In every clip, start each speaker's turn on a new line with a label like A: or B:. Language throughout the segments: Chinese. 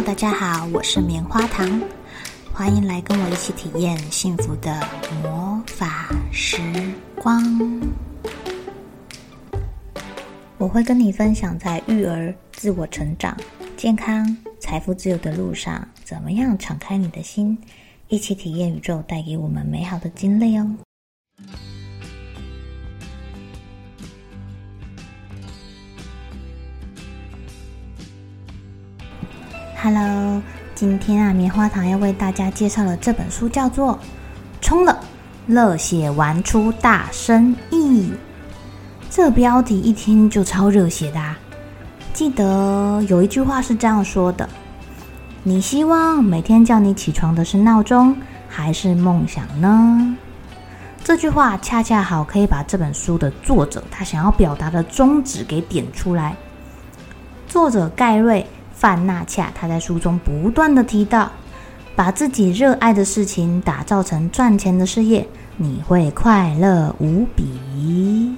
A: 大家好，我是棉花糖，欢迎来跟我一起体验幸福的魔法时光。我会跟你分享在育儿、自我成长、健康、财富自由的路上，怎么样敞开你的心，一起体验宇宙带给我们美好的经历哦。Hello， 今天棉花糖要为大家介绍的这本书叫做《冲了，热血玩出大生意》。这标题一听就超热血的啊！记得有一句话是这样说的：你希望每天叫你起床的是闹钟还是梦想呢？这句话恰恰好可以把这本书的作者他想要表达的宗旨给点出来。作者盖瑞范纳恰他在书中不断的提到，把自己热爱的事情打造成赚钱的事业，你会快乐无比。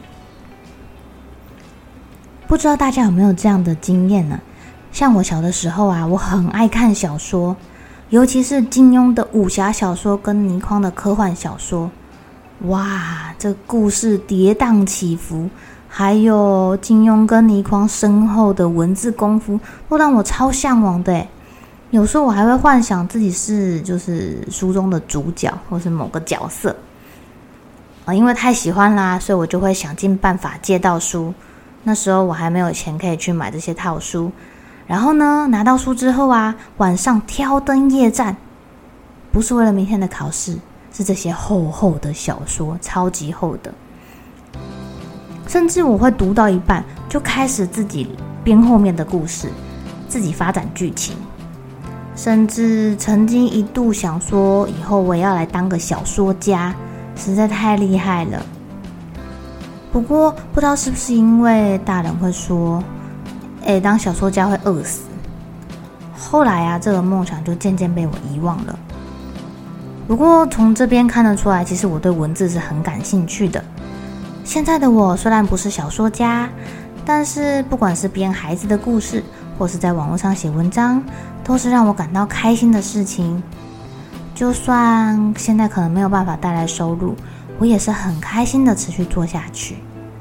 A: 不知道大家有没有这样的经验呢？像我小的时候啊，我很爱看小说，尤其是金庸的武侠小说跟倪匡的科幻小说。哇，这故事跌宕起伏，还有金庸跟倪匡深厚的文字功夫，都让我超向往的。有时候我还会幻想自己是就是书中的主角，或是某个角色。因为太喜欢啦，所以我就会想尽办法借到书。那时候我还没有钱可以去买这些套书，然后呢，拿到书之后啊，晚上挑灯夜战，不是为了明天的考试，是这些厚厚的小说，超级厚的。甚至我会读到一半就开始自己编后面的故事，自己发展剧情，甚至曾经一度想说以后我也要来当个小说家，实在太厉害了。不过不知道是不是因为大人会说当小说家会饿死，后来啊这个梦想就渐渐被我遗忘了。不过从这边看得出来，其实我对文字是很感兴趣的。现在的我虽然不是小说家，但是不管是编孩子的故事，或是在网络上写文章，都是让我感到开心的事情。就算现在可能没有办法带来收入，我也是很开心的持续做下去。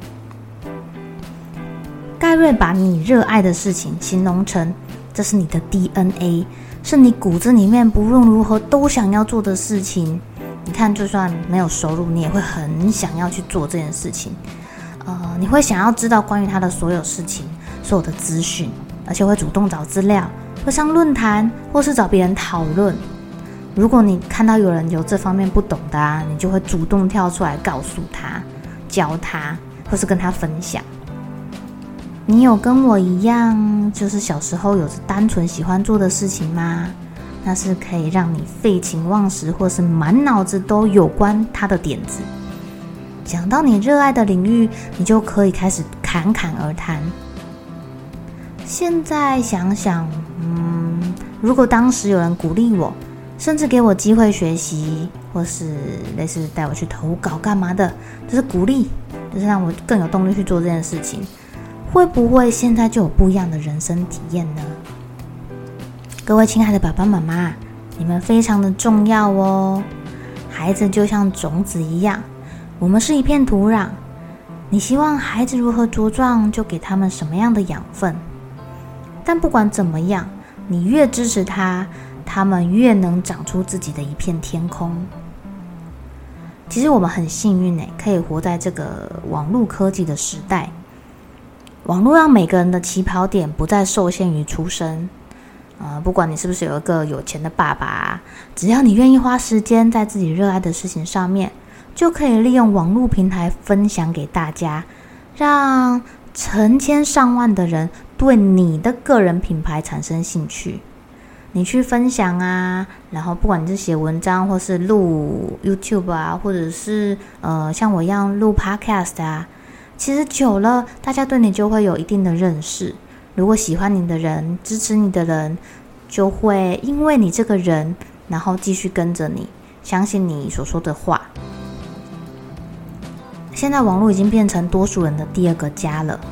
A: 盖瑞把你热爱的事情形容成这是你的 DNA， 是你骨子里面不论如何都想要做的事情。你看，就算没有收入，你也会很想要去做这件事情。你会想要知道关于他的所有事情，所有的资讯，而且会主动找资料，会上论坛，或是找别人讨论。如果你看到有人有这方面不懂的啊，你就会主动跳出来告诉他，教他，或是跟他分享。你有跟我一样，就是小时候有着单纯喜欢做的事情吗？那是可以让你废寝忘食，或是满脑子都有关他的点子。讲到你热爱的领域，你就可以开始侃侃而谈。现在想想，如果当时有人鼓励我，甚至给我机会学习，或是类似带我去投稿干嘛的，就是鼓励，就是让我更有动力去做这件事情，会不会现在就有不一样的人生体验呢？各位亲爱的爸爸妈妈，你们非常的重要哦。孩子就像种子一样，我们是一片土壤，你希望孩子如何茁壮，就给他们什么样的养分。但不管怎么样，你越支持他，他们越能长出自己的一片天空。其实我们很幸运可以活在这个网络科技的时代。网络让每个人的起跑点不再受限于出身。不管你是不是有一个有钱的爸爸，只要你愿意花时间在自己热爱的事情上面，就可以利用网络平台分享给大家，让成千上万的人对你的个人品牌产生兴趣。你去分享啊，然后不管你是写文章，或是录 YouTube 啊，或者是像我一样录 Podcast 啊，其实久了，大家对你就会有一定的认识。如果喜欢你的人，支持你的人，就会因为你这个人，然后继续跟着你，相信你所说的话。现在网络已经变成多数人的第二个家了，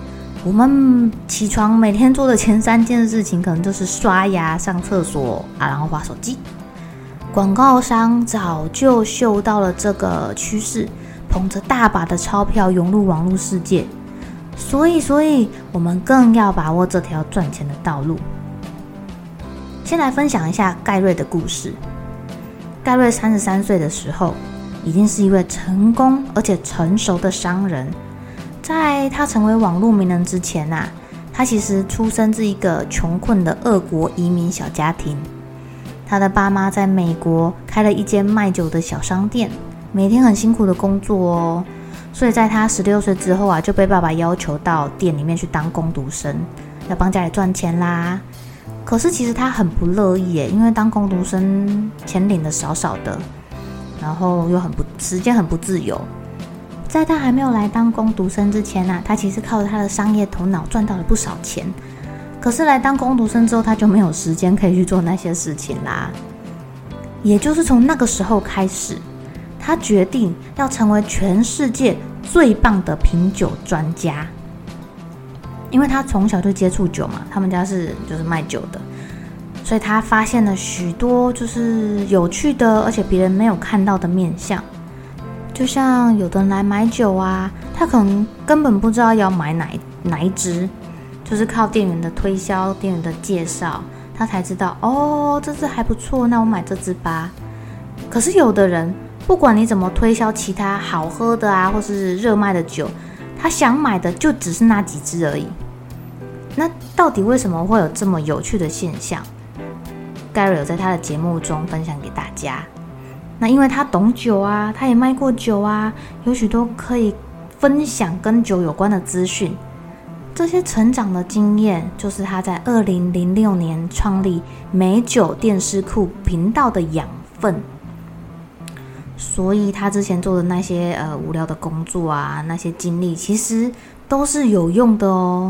A: 我们起床每天做的前3件事情，可能就是刷牙、上厕所然后滑手机。广告商早就嗅到了这个趋势，捧着大把的钞票涌入网络世界，所以我们更要把握这条赚钱的道路。先来分享一下盖瑞的故事。盖瑞33岁的时候，已经是一位成功而且成熟的商人。在他成为网络名人之前他其实出生自一个穷困的俄国移民小家庭。他的爸妈在美国开了一间卖酒的小商店，每天很辛苦的工作哦。所以在他16岁之后就被爸爸要求到店里面去当工读生，要帮家里赚钱啦。可是其实他很不乐意耶，因为当工读生钱领的少少的，然后又时间很不自由。在他还没有来当工读生之前他其实靠着他的商业头脑赚到了不少钱。可是来当工读生之后，他就没有时间可以去做那些事情啦。也就是从那个时候开始，他决定要成为全世界最棒的品酒专家。因为他从小就接触酒嘛，他们家就是卖酒的，所以他发现了许多就是有趣的，而且别人没有看到的面向。就像有的人来买酒他可能根本不知道要买哪一支，就是靠店员的推销、店员的介绍，他才知道这支还不错，那我买这支吧。可是有的人，不管你怎么推销其他好喝的或是热卖的酒，他想买的就只是那几支而已。那到底为什么会有这么有趣的现象？盖瑞有在他的节目中分享给大家。那因为他懂酒他也卖过酒有许多可以分享跟酒有关的资讯。这些成长的经验，就是他在2006年创立美酒电视库频道的养分。所以他之前做的那些无聊的工作那些经历，其实都是有用的哦。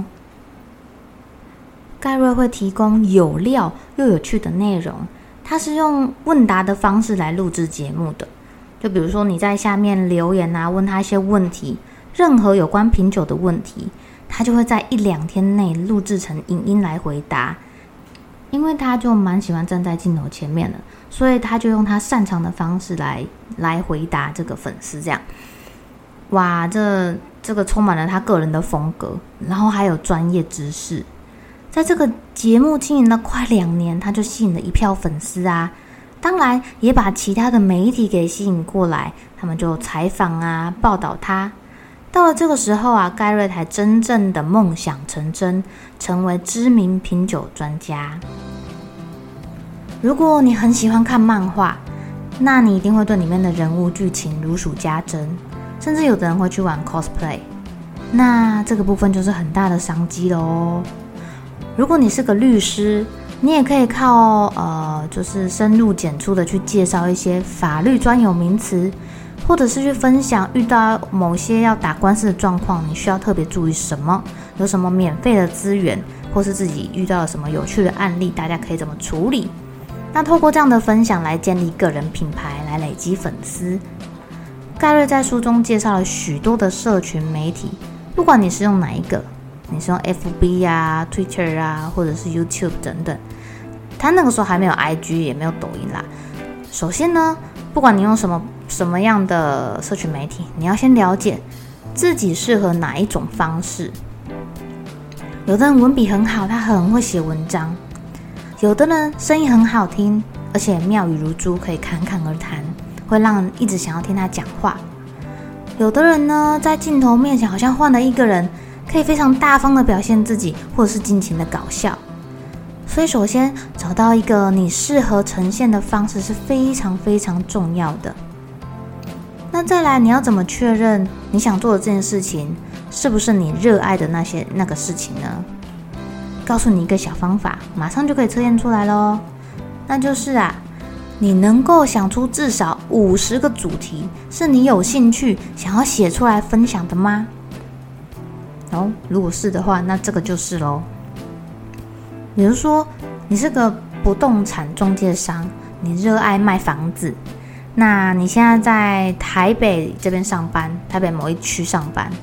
A: 盖瑞会提供有料又有趣的内容，他是用问答的方式来录制节目的。就比如说你在下面留言问他一些问题，任何有关品酒的问题，他就会在1-2天内录制成影音来回答。因为他就蛮喜欢站在镜头前面的，所以他就用他擅长的方式来回答这个粉丝。这样哇，这个充满了他个人的风格，然后还有专业知识。在这个节目经营了快2年，他就吸引了一票粉丝当然也把其他的媒体给吸引过来，他们就采访报道他。到了这个时候盖瑞才真正的梦想成真，成为知名品酒专家。如果你很喜欢看漫画，那你一定会对里面的人物剧情如数家珍，甚至有的人会去玩 cosplay。那这个部分就是很大的商机了哦。如果你是个律师，你也可以靠就是深入浅出的去介绍一些法律专有名词，或者是去分享遇到某些要打官司的状况，你需要特别注意什么，有什么免费的资源，或是自己遇到了什么有趣的案例，大家可以怎么处理。那透过这样的分享来建立个人品牌，来累积粉丝。盖瑞在书中介绍了许多的社群媒体，不管你是用哪一个，你是用 FB Twitter 或者是 YouTube 等等。他那个时候还没有 IG 也没有抖音啦。首先呢，不管你用什么样的社群媒体，你要先了解自己适合哪一种方式。有的人文笔很好，他很会写文章；有的人声音很好听，而且妙语如珠，可以侃侃而谈，会让人一直想要听他讲话。有的人呢，在镜头面前好像换了一个人，可以非常大方的表现自己，或者是尽情的搞笑。所以首先找到一个你适合呈现的方式是非常非常重要的。那再来，你要怎么确认你想做的这件事情是不是你热爱的那个事情呢？告诉你一个小方法，马上就可以测验出来咯。那就是你能够想出至少50个主题是你有兴趣想要写出来分享的吗？如果是的话，那这个就是咯。比如说你是个不动产中介商，你热爱卖房子，那你现在在台北这边上班，台北某一区上班，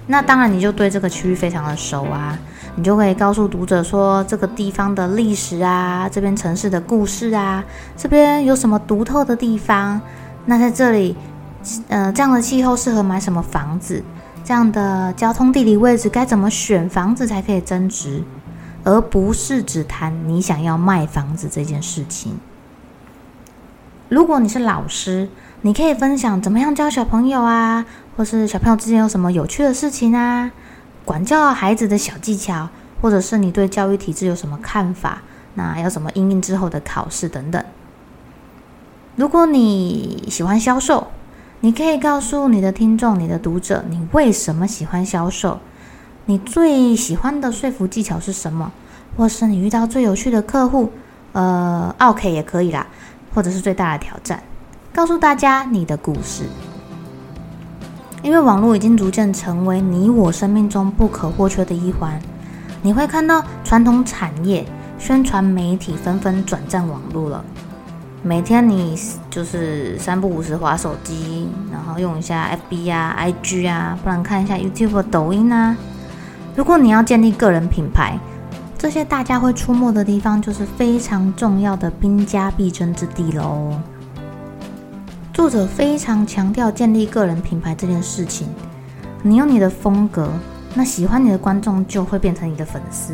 A: 那当然你就对这个区域非常的熟啊，你就可以告诉读者说这个地方的历史啊，这边城市的故事啊，这边有什么独特的地方，那在这里这样的气候适合买什么房子，这样的交通地理位置该怎么选房子才可以增值，而不是只谈你想要卖房子这件事情。如果你是老师，你可以分享怎么样教小朋友啊，或是小朋友之间有什么有趣的事情啊，管教孩子的小技巧，或者是你对教育体制有什么看法，那有什么因应之后的考试等等。如果你喜欢销售，你可以告诉你的听众、你的读者，你为什么喜欢销售，你最喜欢的说服技巧是什么，或是你遇到最有趣的客户，OK 也可以啦，或者是最大的挑战，告诉大家你的故事。因为网络已经逐渐成为你我生命中不可或缺的一环，你会看到传统产业、宣传媒体纷纷转战网络了。每天你就是3不5时滑手机，然后用一下 FB 啊、IG 啊，不然看一下 YouTube、抖音啊。如果你要建立个人品牌，这些大家会出没的地方就是非常重要的兵家必争之地咯。作者非常强调建立个人品牌这件事情，你有你的风格，那喜欢你的观众就会变成你的粉丝。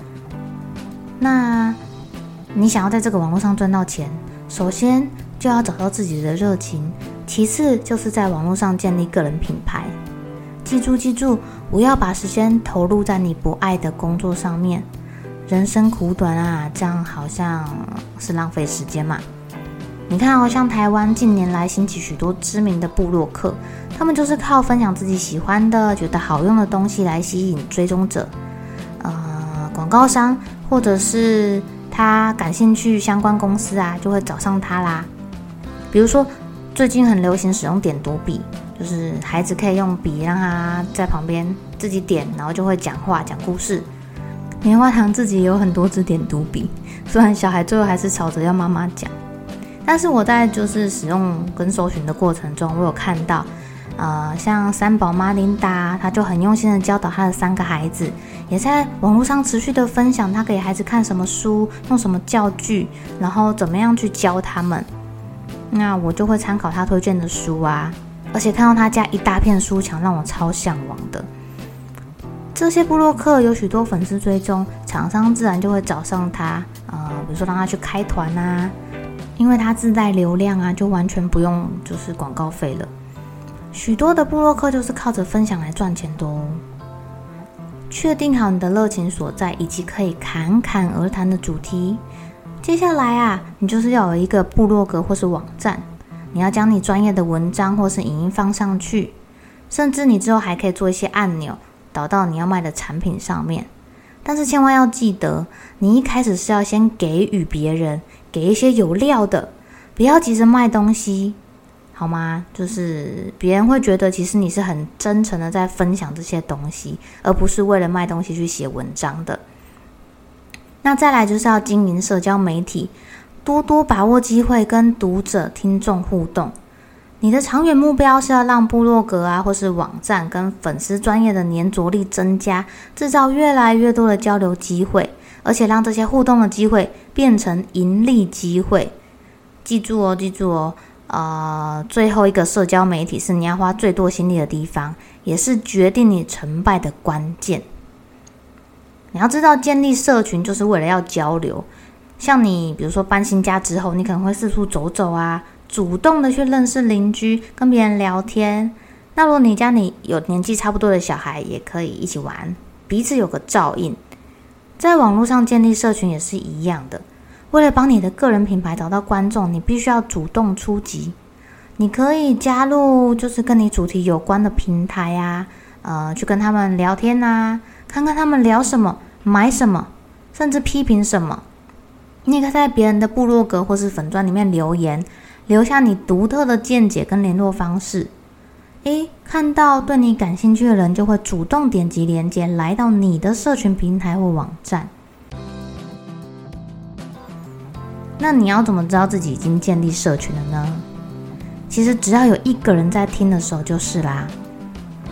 A: 那你想要在这个网络上赚到钱，首先就要找到自己的热情，其次就是在网络上建立个人品牌。记住，不要把时间投入在你不爱的工作上面。人生苦短啊，这样好像是浪费时间嘛。你看像台湾近年来兴起许多知名的部落客，他们就是靠分享自己喜欢的、觉得好用的东西来吸引追踪者。广告商或者是他感兴趣相关公司啊，就会找上他啦。比如说最近很流行使用点读笔，就是孩子可以用笔让他在旁边自己点，然后就会讲话讲故事。棉花糖自己也有很多支点读笔，虽然小孩最后还是吵着要妈妈讲。但是我在就是使用跟搜寻的过程中，我有看到像三宝妈琳达，她就很用心的教导她的3个孩子，也在网络上持续的分享她给孩子看什么书，用什么教具，然后怎么样去教他们。那我就会参考她推荐的书啊，而且看到她家一大片书墙，让我超向往的。这些部落客有许多粉丝追踪，厂商自然就会找上他，比如说让他去开团啊，因为他自带流量啊，就完全不用就是广告费了。许多的部落客就是靠着分享来赚钱的哦。确定好你的热情所在，以及可以侃侃而谈的主题，接下来啊，你就是要有一个部落格或是网站，你要将你专业的文章或是影音放上去，甚至你之后还可以做一些按钮导到你要卖的产品上面。但是千万要记得，你一开始是要先给予别人，给一些有料的，不要急着卖东西，好吗？就是别人会觉得其实你是很真诚的在分享这些东西，而不是为了卖东西去写文章的。那再来就是要经营社交媒体，多多把握机会跟读者听众互动。你的长远目标是要让部落格啊，或是网站跟粉丝专业的粘着力增加，制造越来越多的交流机会，而且让这些互动的机会变成盈利机会。记住哦，最后一个社交媒体是你要花最多心力的地方，也是决定你成败的关键。你要知道，建立社群就是为了要交流。像你比如说搬新家之后，你可能会四处走走啊，主动的去认识邻居，跟别人聊天。那如果你家里有年纪差不多的小孩，也可以一起玩，彼此有个照应。在网络上建立社群也是一样的，为了帮你的个人品牌找到观众，你必须要主动出击。你可以加入就是跟你主题有关的平台啊，去跟他们聊天啊，看看他们聊什么，买什么，甚至批评什么。你也可以在别人的部落格或是粉专里面留言，留下你独特的见解跟联络方式。看到对你感兴趣的人就会主动点击连结来到你的社群平台或网站。那你要怎么知道自己已经建立社群了呢？其实只要有1个人在听的时候就是啦。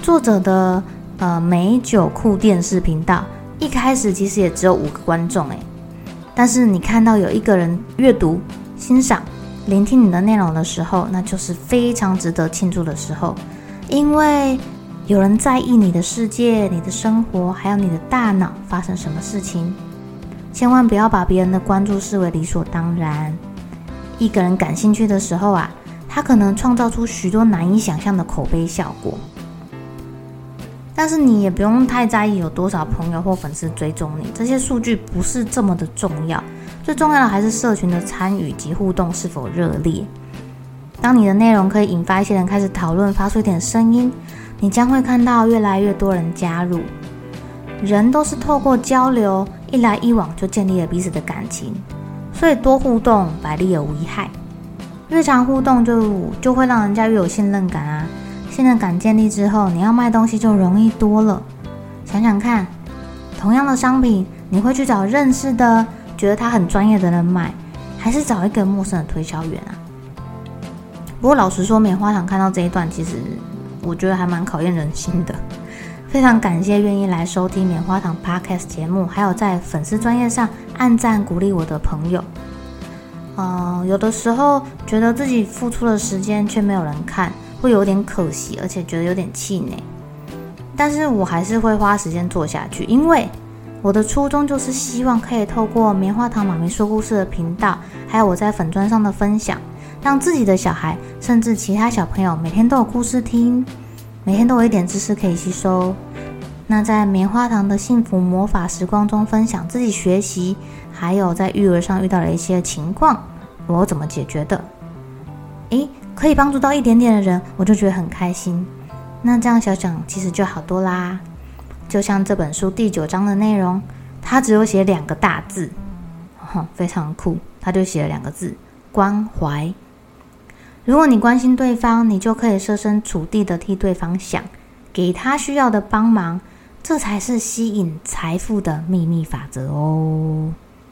A: 作者的美酒库电视频道一开始其实也只有5个观众但是你看到有一个人阅读、欣赏、聆听你的内容的时候，那就是非常值得庆祝的时候，因为有人在意你的世界、你的生活，还有你的大脑发生什么事情。千万不要把别人的关注视为理所当然。一个人感兴趣的时候他可能创造出许多难以想象的口碑效果。但是你也不用太在意有多少朋友或粉丝追踪你，这些数据不是这么的重要，最重要的还是社群的参与及互动是否热烈。当你的内容可以引发一些人开始讨论，发出一点声音，你将会看到越来越多人加入。人都是透过交流，一来一往就建立了彼此的感情，所以多互动百利而无一害。越常互动就会让人家越有信任感信任感建立之后，你要卖东西就容易多了。想想看，同样的商品，你会去找认识的、觉得他很专业的人买，还是找一个陌生的推销员不过老实说，棉花糖看到这一段，其实我觉得还蛮考验人心的。非常感谢愿意来收听棉花糖 Podcast 节目，还有在粉丝专页上按赞鼓励我的朋友。有的时候觉得自己付出的时间却没有人看，会有点可惜，而且觉得有点气馁。但是我还是会花时间做下去，因为我的初衷就是希望可以透过棉花糖妈咪说故事的频道，还有我在粉专上的分享，让自己的小孩甚至其他小朋友每天都有故事听，每天都有一点知识可以吸收。那在棉花糖的幸福魔法时光中分享自己学习，还有在育儿上遇到的一些情况，我怎么解决的。可以帮助到一点点的人，我就觉得很开心。那这样想想其实就好多啦。就像这本书第9章的内容，它只有写2个大字，非常酷，它就写了2个字：关怀。如果你关心对方，你就可以设身处地的替对方想，给他需要的帮忙，这才是吸引财富的秘密法则哦。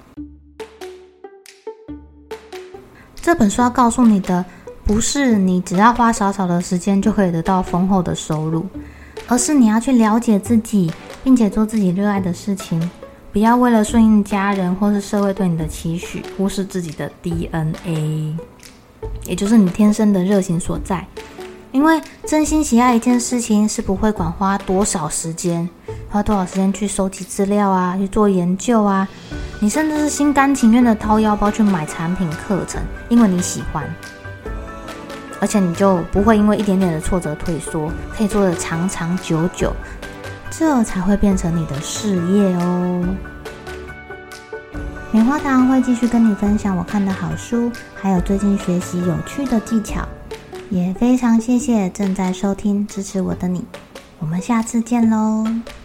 A: 这本书要告诉你的，不是你只要花少少的时间就可以得到丰厚的收入，而是你要去了解自己，并且做自己热爱的事情，不要为了顺应家人或是社会对你的期许，忽视自己的 DNA， 也就是你天生的热情所在。因为真心喜爱一件事情，是不会管花多少时间去收集资料去做研究你甚至是心甘情愿的掏腰包去买产品课程，因为你喜欢，而且你就不会因为一点点的挫折退缩，可以做得长长久久，这才会变成你的事业哦。棉花糖会继续跟你分享我看的好书，还有最近学习有趣的技巧，也非常谢谢正在收听支持我的你，我们下次见咯。